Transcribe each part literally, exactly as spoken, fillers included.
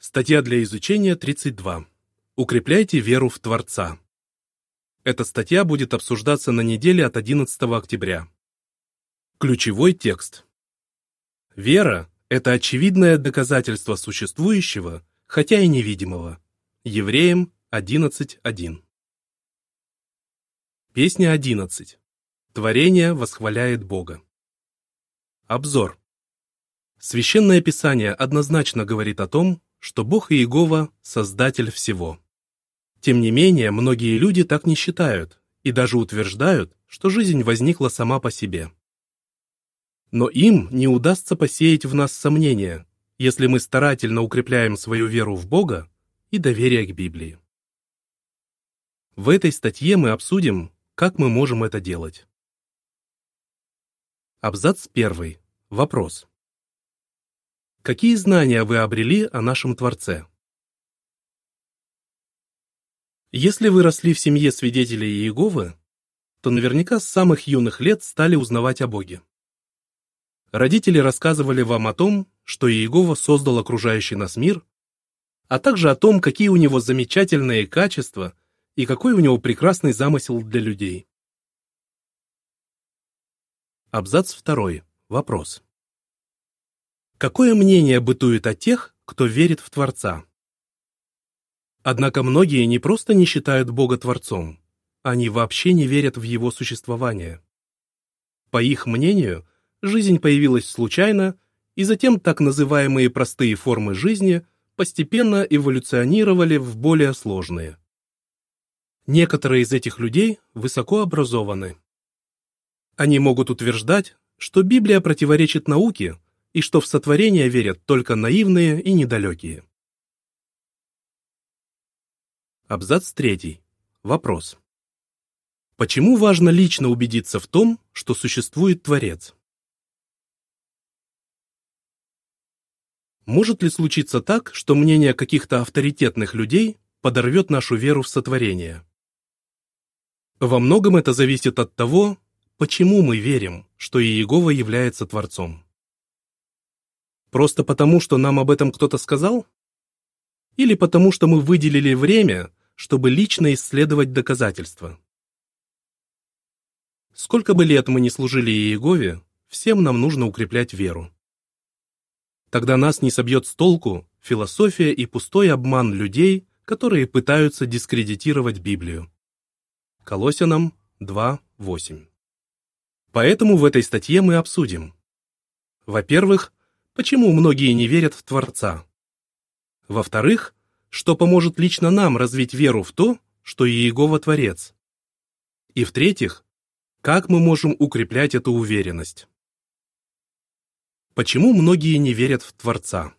Статья для изучения тридцать два. Укрепляйте веру в Творца. Эта статья будет обсуждаться на неделе от одиннадцатого октября. Ключевой текст. Вера – это очевидное доказательство существующего, хотя и невидимого. Евреям одиннадцать один. Песня одиннадцать. Творение восхваляет Бога. Обзор. Священное Писание однозначно говорит о том, что Бог Иегова – Создатель всего. Тем не менее, многие люди так не считают и даже утверждают, что жизнь возникла сама по себе. Но им не удастся посеять в нас сомнения, если мы старательно укрепляем свою веру в Бога и доверие к Библии. В этой статье мы обсудим, как мы можем это делать. Абзац первый. Вопрос. Какие знания вы обрели о нашем Творце? Если вы росли в семье свидетелей Иеговы, то наверняка с самых юных лет стали узнавать о Боге. Родители рассказывали вам о том, что Иегова создал окружающий нас мир, а также о том, какие у него замечательные качества и какой у него прекрасный замысел для людей. Абзац второй. Вопрос. Какое мнение бытует о тех, кто верит в Творца? Однако многие не просто не считают Бога Творцом, они вообще не верят в Его существование. По их мнению, жизнь появилась случайно, и затем так называемые простые формы жизни постепенно эволюционировали в более сложные. Некоторые из этих людей высоко образованы. Они могут утверждать, что Библия противоречит науке, и что в сотворение верят только наивные и недалекие. Абзац третий. Вопрос. Почему важно лично убедиться в том, что существует Творец? Может ли случиться так, что мнение каких-то авторитетных людей подорвет нашу веру в сотворение? Во многом это зависит от того, почему мы верим, что Иегова является Творцом. Просто потому, что нам об этом кто-то сказал? Или потому, что мы выделили время, чтобы лично исследовать доказательства? Сколько бы лет мы ни служили Иегове, всем нам нужно укреплять веру. Тогда нас не собьет с толку философия и пустой обман людей, которые пытаются дискредитировать Библию. Колоссянам два восемь. Поэтому в этой статье мы обсудим. Во-первых, почему многие не верят в Творца? Во-вторых, что поможет лично нам развить веру в то, что Иегова Творец? И в-третьих, как мы можем укреплять эту уверенность? Почему многие не верят в Творца?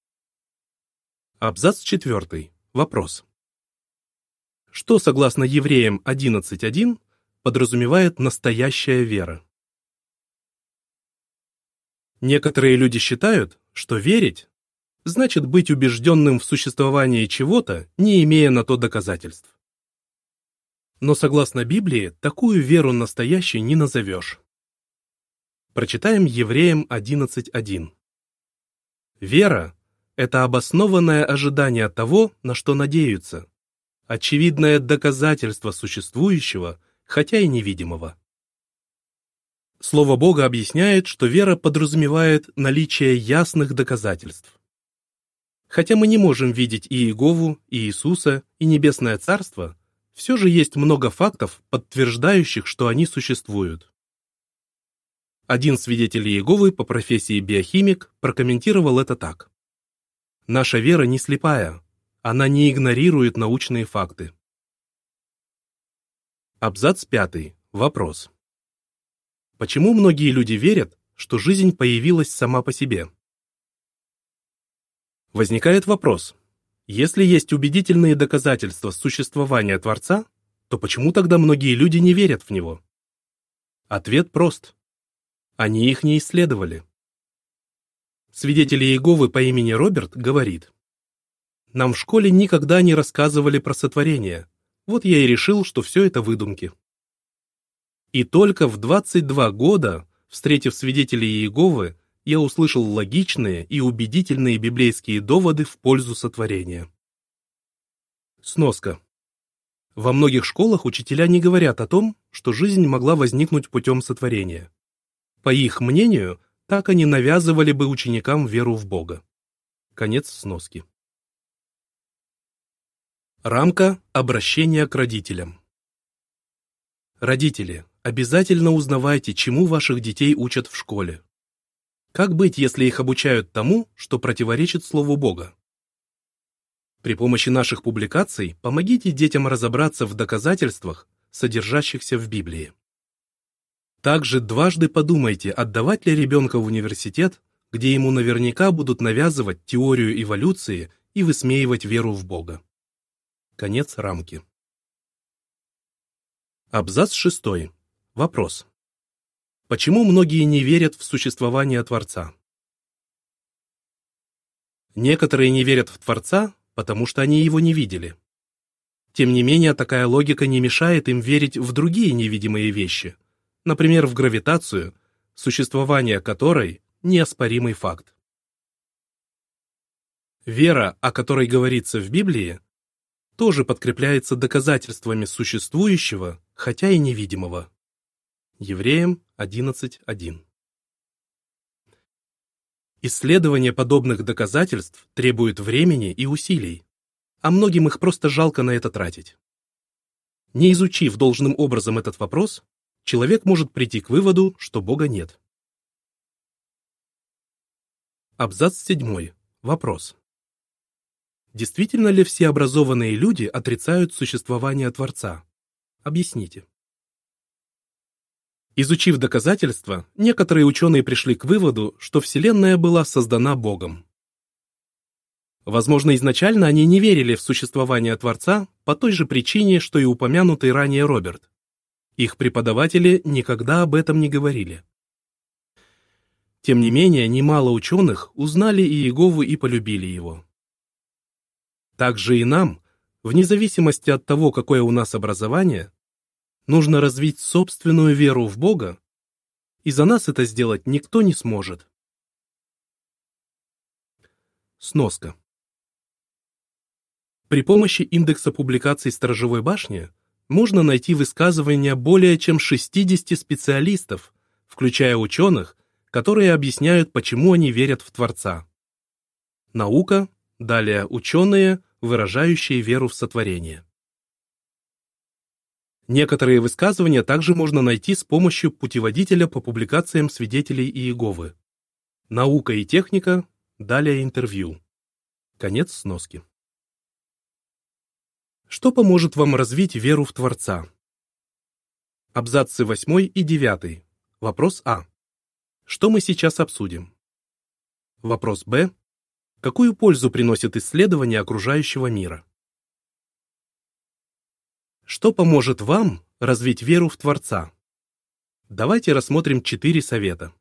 Абзац четвертый. Вопрос. Что, согласно Евреям одиннадцать один, подразумевает настоящая вера? Некоторые люди считают, что верить значит быть убежденным в существовании чего-то, не имея на то доказательств. Но согласно Библии, такую веру настоящей не назовешь. Прочитаем Евреям одиннадцать один. Вера – это обоснованное ожидание того, на что надеются, очевидное доказательство существующего, хотя и невидимого. Слово Бога объясняет, что вера подразумевает наличие ясных доказательств. Хотя мы не можем видеть и Иегову, и Иисуса, и Небесное Царство, все же есть много фактов, подтверждающих, что они существуют. Один свидетель Иеговы по профессии биохимик прокомментировал это так. «Наша вера не слепая, она не игнорирует научные факты». Абзац пятый. Вопрос. Почему многие люди верят, что жизнь появилась сама по себе? Возникает вопрос. Если есть убедительные доказательства существования Творца, то почему тогда многие люди не верят в Него? Ответ прост. Они их не исследовали. Свидетель Иеговы по имени Роберт говорит: «Нам в школе никогда не рассказывали про сотворение, вот я и решил, что все это выдумки». И только в двадцать два года, встретив свидетелей Иеговы, я услышал логичные и убедительные библейские доводы в пользу сотворения. Сноска. Во многих школах учителя не говорят о том, что жизнь могла возникнуть путем сотворения. По их мнению, так они навязывали бы ученикам веру в Бога. Конец сноски. Рамка обращения к родителям. Родители, обязательно узнавайте, чему ваших детей учат в школе. Как быть, если их обучают тому, что противоречит Слову Бога? При помощи наших публикаций помогите детям разобраться в доказательствах, содержащихся в Библии. Также дважды подумайте, отдавать ли ребенка в университет, где ему наверняка будут навязывать теорию эволюции и высмеивать веру в Бога. Конец рамки. Абзац шестой. Вопрос. Почему многие не верят в существование Творца? Некоторые не верят в Творца, потому что они его не видели. Тем не менее, такая логика не мешает им верить в другие невидимые вещи, например, в гравитацию, существование которой – неоспоримый факт. Вера, о которой говорится в Библии, тоже подкрепляется доказательствами существующего, хотя и невидимого. Евреям одиннадцать один. Исследование подобных доказательств требует времени и усилий, а многим их просто жалко на это тратить. Не изучив должным образом этот вопрос, человек может прийти к выводу, что Бога нет. Абзац седьмой. Вопрос. Действительно ли все образованные люди отрицают существование Творца? Объясните. Изучив доказательства, некоторые ученые пришли к выводу, что Вселенная была создана Богом. Возможно, изначально они не верили в существование Творца по той же причине, что и упомянутый ранее Роберт. Их преподаватели никогда об этом не говорили. Тем не менее, немало ученых узнали Иегову и полюбили его. Также и нам, вне зависимости от того, какое у нас образование, нужно развить собственную веру в Бога, и за нас это сделать никто не сможет. Сноска. При помощи индекса публикаций «Сторожевой башни» можно найти высказывания более чем шестидесяти специалистов, включая ученых, которые объясняют, почему они верят в Творца. Наука, далее ученые, выражающие веру в сотворение. Некоторые высказывания также можно найти с помощью путеводителя по публикациям свидетелей Иеговы. Наука и техника, далее интервью. Конец сноски. Что поможет вам развить веру в Творца? Абзацы восьмой и девятый. Вопрос А. Что мы сейчас обсудим? Вопрос Б. Какую пользу приносит исследование окружающего мира? Что поможет вам развить веру в Творца? Давайте рассмотрим четыре совета.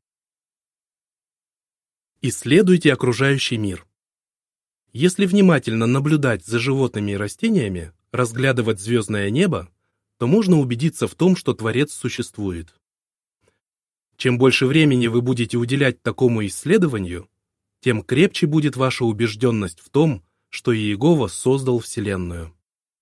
Исследуйте окружающий мир. Если внимательно наблюдать за животными и растениями, разглядывать звездное небо, то можно убедиться в том, что Творец существует. Чем больше времени вы будете уделять такому исследованию, тем крепче будет ваша убежденность в том, что Иегова создал Вселенную.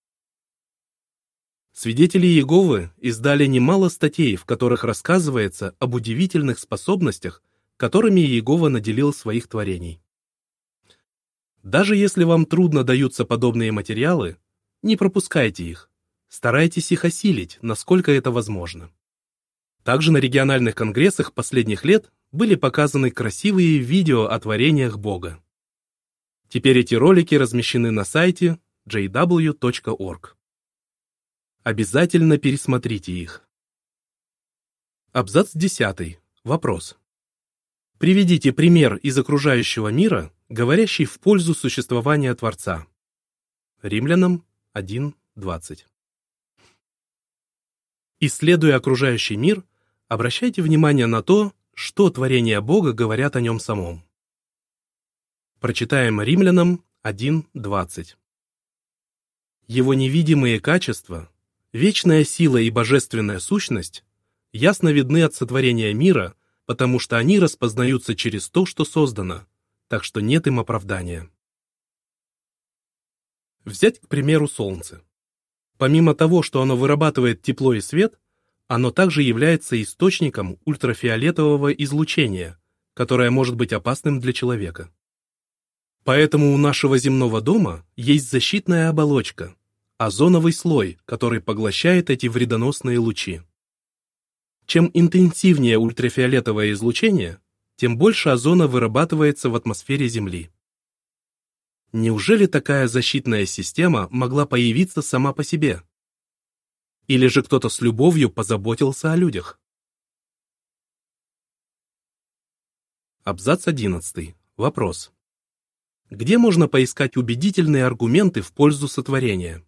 Свидетели Иеговы издали немало статей, в которых рассказывается об удивительных способностях, которыми Иегова наделил своих творений. Даже если вам трудно даются подобные материалы, не пропускайте их, старайтесь их осилить, насколько это возможно. Также на региональных конгрессах последних лет были показаны красивые видео о творениях Бога. Теперь эти ролики размещены на сайте джей дабл ю точка орг. Обязательно пересмотрите их. Абзац десятый. Вопрос. Приведите пример из окружающего мира, говорящий в пользу существования Творца. Римлянам один двадцать. Исследуя окружающий мир, обращайте внимание на то, что творения Бога говорят о нем самом. Прочитаем Римлянам один двадцать. Его невидимые качества, вечная сила и божественная сущность ясно видны от сотворения мира, потому что они распознаются через то, что создано, так что нет им оправдания. Взять, к примеру, Солнце. Помимо того, что оно вырабатывает тепло и свет, оно также является источником ультрафиолетового излучения, которое может быть опасным для человека. Поэтому у нашего земного дома есть защитная оболочка, озоновый слой, который поглощает эти вредоносные лучи. Чем интенсивнее ультрафиолетовое излучение, тем больше озона вырабатывается в атмосфере Земли. Неужели такая защитная система могла появиться сама по себе? Или же кто-то с любовью позаботился о людях? Абзац одиннадцатый. Вопрос. Где можно поискать убедительные аргументы в пользу сотворения?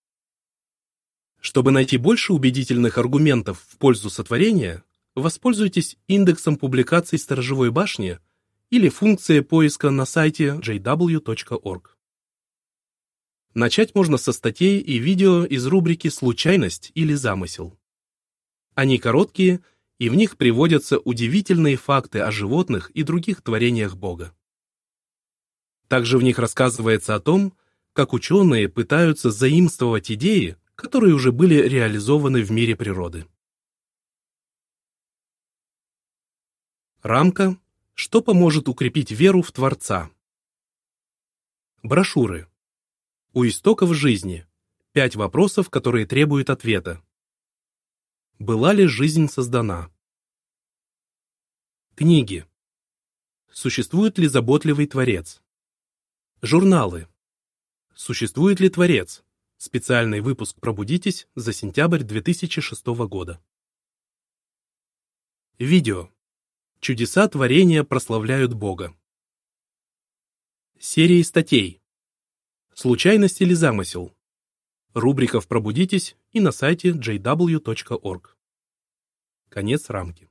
Чтобы найти больше убедительных аргументов в пользу сотворения, воспользуйтесь индексом публикаций Сторожевой башни или функцией поиска на сайте джей дабл ю точка орг. Начать можно со статей и видео из рубрики «Случайность» или «Замысел». Они короткие, и в них приводятся удивительные факты о животных и других творениях Бога. Также в них рассказывается о том, как ученые пытаются заимствовать идеи, которые уже были реализованы в мире природы. Рамка. Что поможет укрепить веру в Творца? Брошюры. У истоков жизни. Пять вопросов, которые требуют ответа. Была ли жизнь создана? Книги. Существует ли заботливый Творец? Журналы. Существует ли Творец? Специальный выпуск «Пробудитесь» за сентябрь две тысячи шестого года. Видео. Чудеса творения прославляют Бога. Серии статей. Случайность или замысел? Рубрика в «Пробудитесь» и на сайте джей дабл ю точка орг. Конец рамки.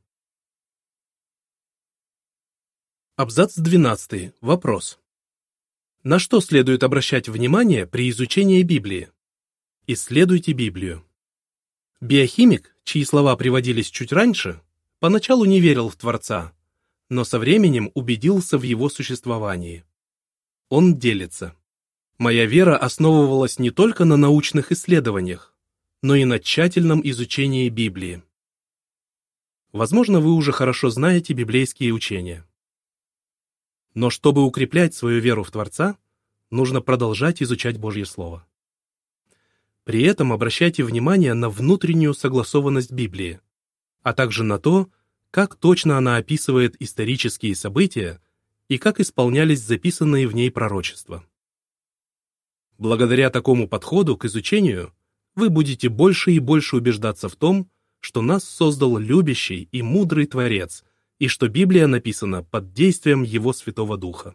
Абзац двенадцатый. Вопрос. На что следует обращать внимание при изучении Библии? Исследуйте Библию. Биохимик, чьи слова приводились чуть раньше, поначалу не верил в Творца, но со временем убедился в его существовании. Он делится. Моя вера основывалась не только на научных исследованиях, но и на тщательном изучении Библии. Возможно, вы уже хорошо знаете библейские учения. Но чтобы укреплять свою веру в Творца, нужно продолжать изучать Божье Слово. При этом обращайте внимание на внутреннюю согласованность Библии, а также на то, как точно она описывает исторические события и как исполнялись записанные в ней пророчества. Благодаря такому подходу к изучению вы будете больше и больше убеждаться в том, что нас создал любящий и мудрый Творец, и что Библия написана под действием Его Святого Духа.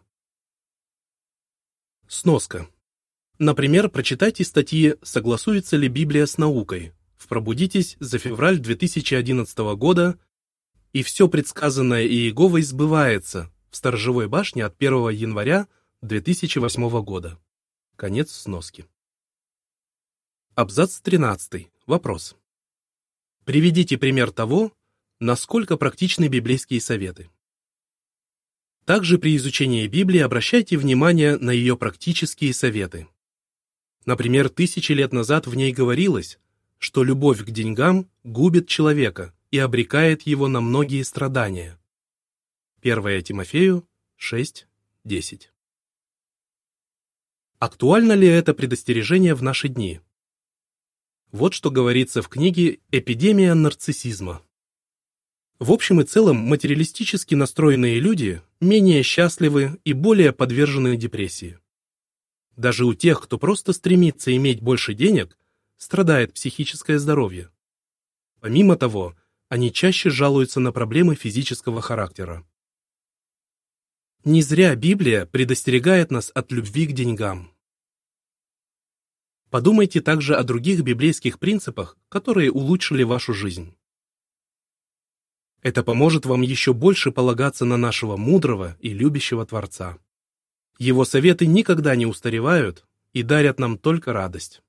Сноска. Например, прочитайте статьи «Согласуется ли Библия с наукой?» в «Пробудитесь» за февраль две тысячи одиннадцатого года и «Все предсказанное Иеговой сбывается» в «Сторожевой башне» от первого января две тысячи восьмого года. Конец сноски. Абзац тринадцатый. Вопрос. Приведите пример того, насколько практичны библейские советы. Также при изучении Библии обращайте внимание на ее практические советы. Например, тысячи лет назад в ней говорилось, что любовь к деньгам губит человека и обрекает его на многие страдания. первое Тимофею шесть десять. Актуально ли это предостережение в наши дни? Вот что говорится в книге «Эпидемия нарциссизма». В общем и целом, материалистически настроенные люди менее счастливы и более подвержены депрессии. Даже у тех, кто просто стремится иметь больше денег, страдает психическое здоровье. Помимо того, они чаще жалуются на проблемы физического характера. Не зря Библия предостерегает нас от любви к деньгам. Подумайте также о других библейских принципах, которые улучшили вашу жизнь. Это поможет вам еще больше полагаться на нашего мудрого и любящего Творца. Его советы никогда не устаревают и дарят нам только радость.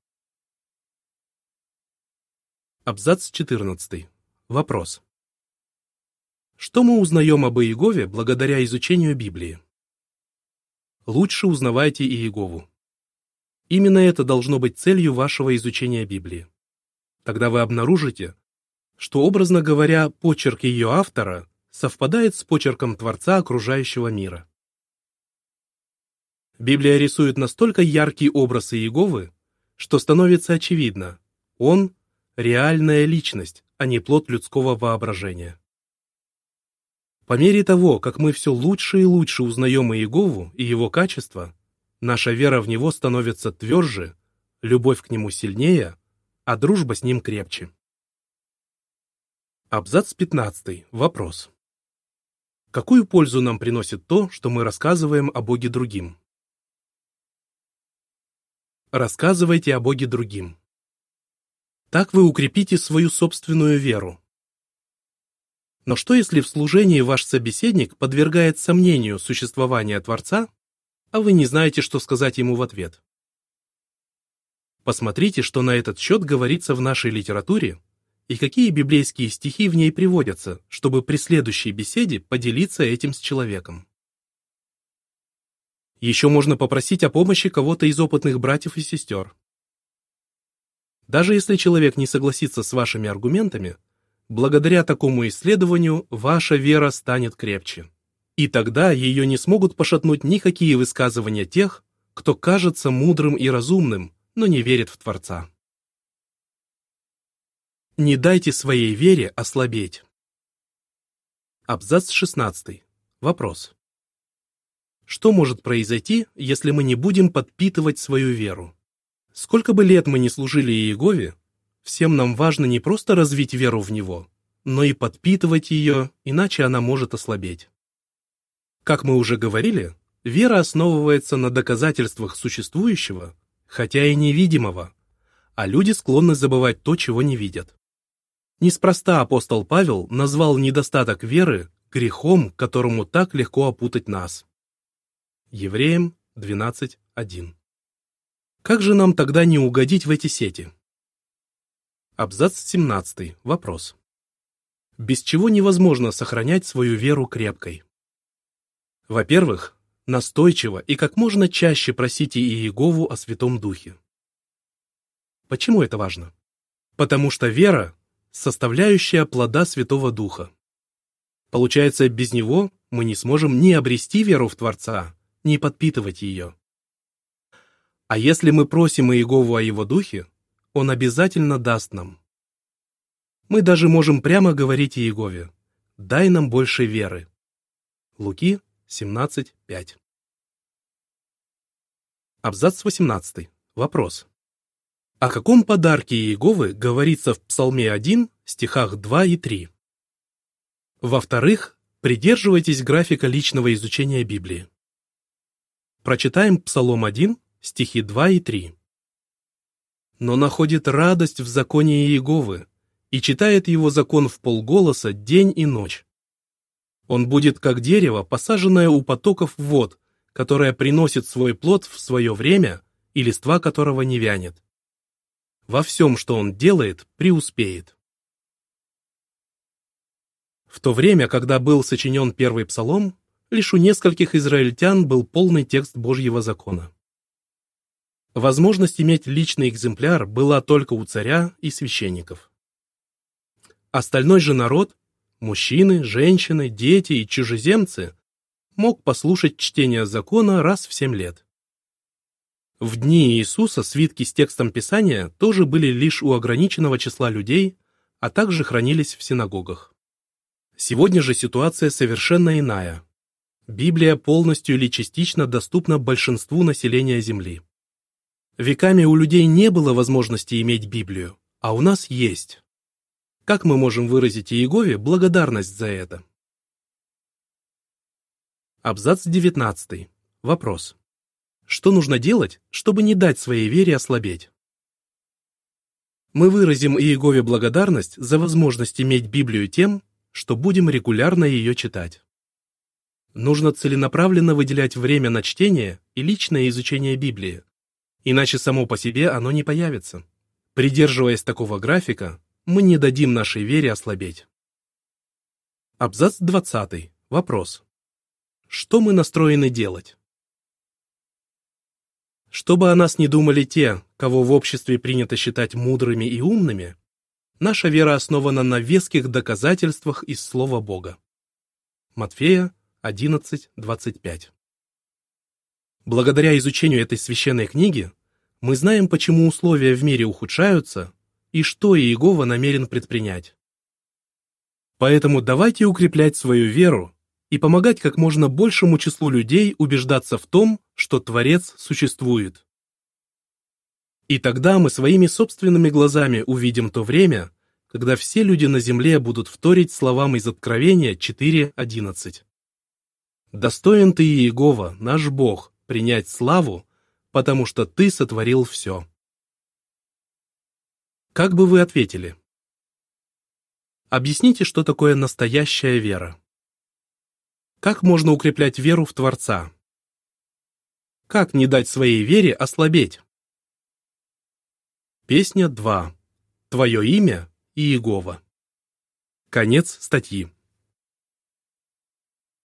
Абзац четырнадцатый. Вопрос. Что мы узнаем об Иегове благодаря изучению Библии? Лучше узнавайте Иегову. Именно это должно быть целью вашего изучения Библии. Тогда вы обнаружите, что, образно говоря, почерк ее автора совпадает с почерком Творца окружающего мира. Библия рисует настолько яркий образ Иеговы, что становится очевидно, он – реальная личность, а не плод людского воображения. По мере того, как мы все лучше и лучше узнаем Иегову и его качества, наша вера в него становится тверже, любовь к нему сильнее, а дружба с ним крепче. Абзац пятнадцатый. Вопрос. Какую пользу нам приносит то, что мы рассказываем о Боге другим? Рассказывайте о Боге другим. Так вы укрепите свою собственную веру. Но что, если в служении ваш собеседник подвергает сомнению существование Творца, а вы не знаете, что сказать ему в ответ? Посмотрите, что на этот счет говорится в нашей литературе и какие библейские стихи в ней приводятся, чтобы при следующей беседе поделиться этим с человеком. Еще можно попросить о помощи кого-то из опытных братьев и сестер. Даже если человек не согласится с вашими аргументами, благодаря такому исследованию ваша вера станет крепче. И тогда ее не смогут пошатнуть никакие высказывания тех, кто кажется мудрым и разумным, но не верит в Творца. Не дайте своей вере ослабеть. Абзац шестнадцатый. Вопрос. Что может произойти, если мы не будем подпитывать свою веру? Сколько бы лет мы ни служили Иегове, всем нам важно не просто развить веру в Него, но и подпитывать ее, иначе она может ослабеть. Как мы уже говорили, вера основывается на доказательствах существующего, хотя и невидимого, а люди склонны забывать то, чего не видят. Неспроста апостол Павел назвал недостаток веры грехом, которому так легко опутать нас. Евреям двенадцать один. Как же нам тогда не угодить в эти сети? Абзац семнадцатый. Вопрос. Без чего невозможно сохранять свою веру крепкой? Во-первых, настойчиво и как можно чаще просите Иегову о Святом Духе. Почему это важно? Потому что вера – составляющая плода Святого Духа. Получается, без него мы не сможем ни обрести веру в Творца, ни подпитывать ее. А если мы просим Иегову о Его Духе, Он обязательно даст нам. Мы даже можем прямо говорить Иегове: «Дай нам больше веры». Луки семнадцать пять. Абзац восемнадцатый. Вопрос. О каком подарке Иеговы говорится в Псалме один, стихах два и три? Во-вторых, придерживайтесь графика личного изучения Библии. Прочитаем Псалом один, стихи два и три. «Но находит радость в законе Иеговы и читает его закон вполголоса день и ночь. Он будет как дерево, посаженное у потоков вод, которое приносит свой плод в свое время и листва которого не вянет. Во всем, что он делает, преуспеет». В то время, когда был сочинен первый псалом, лишь у нескольких израильтян был полный текст Божьего закона. Возможность иметь личный экземпляр была только у царя и священников. Остальной же народ, мужчины, женщины, дети и чужеземцы, мог послушать чтение закона раз в семь лет. В дни Иисуса свитки с текстом Писания тоже были лишь у ограниченного числа людей, а также хранились в синагогах. Сегодня же ситуация совершенно иная. Библия полностью или частично доступна большинству населения Земли. Веками у людей не было возможности иметь Библию, а у нас есть. Как мы можем выразить Иегове благодарность за это? Абзац девятнадцатый. Вопрос. Что нужно делать, чтобы не дать своей вере ослабеть? Мы выразим Иегове благодарность за возможность иметь Библию тем, что будем регулярно ее читать. Нужно целенаправленно выделять время на чтение и личное изучение Библии, иначе само по себе оно не появится. Придерживаясь такого графика, мы не дадим нашей вере ослабеть. Абзац двадцатый. Вопрос. Что мы настроены делать? Чтобы о нас не думали те, кого в обществе принято считать мудрыми и умными, наша вера основана на веских доказательствах из Слова Бога. Матфея одиннадцать двадцать пять. Благодаря изучению этой священной книги мы знаем, почему условия в мире ухудшаются и что Иегова намерен предпринять. Поэтому давайте укреплять свою веру и помогать как можно большему числу людей убеждаться в том, что Творец существует. И тогда мы своими собственными глазами увидим то время, когда все люди на земле будут вторить словам из Откровения четыре одиннадцать. «Достоин ты, Иегова, наш Бог, принять славу, потому что ты сотворил все». Как бы вы ответили? Объясните, что такое настоящая вера. Как можно укреплять веру в Творца? Как не дать своей вере ослабеть? Песня два. Твое имя Иегова. Конец статьи.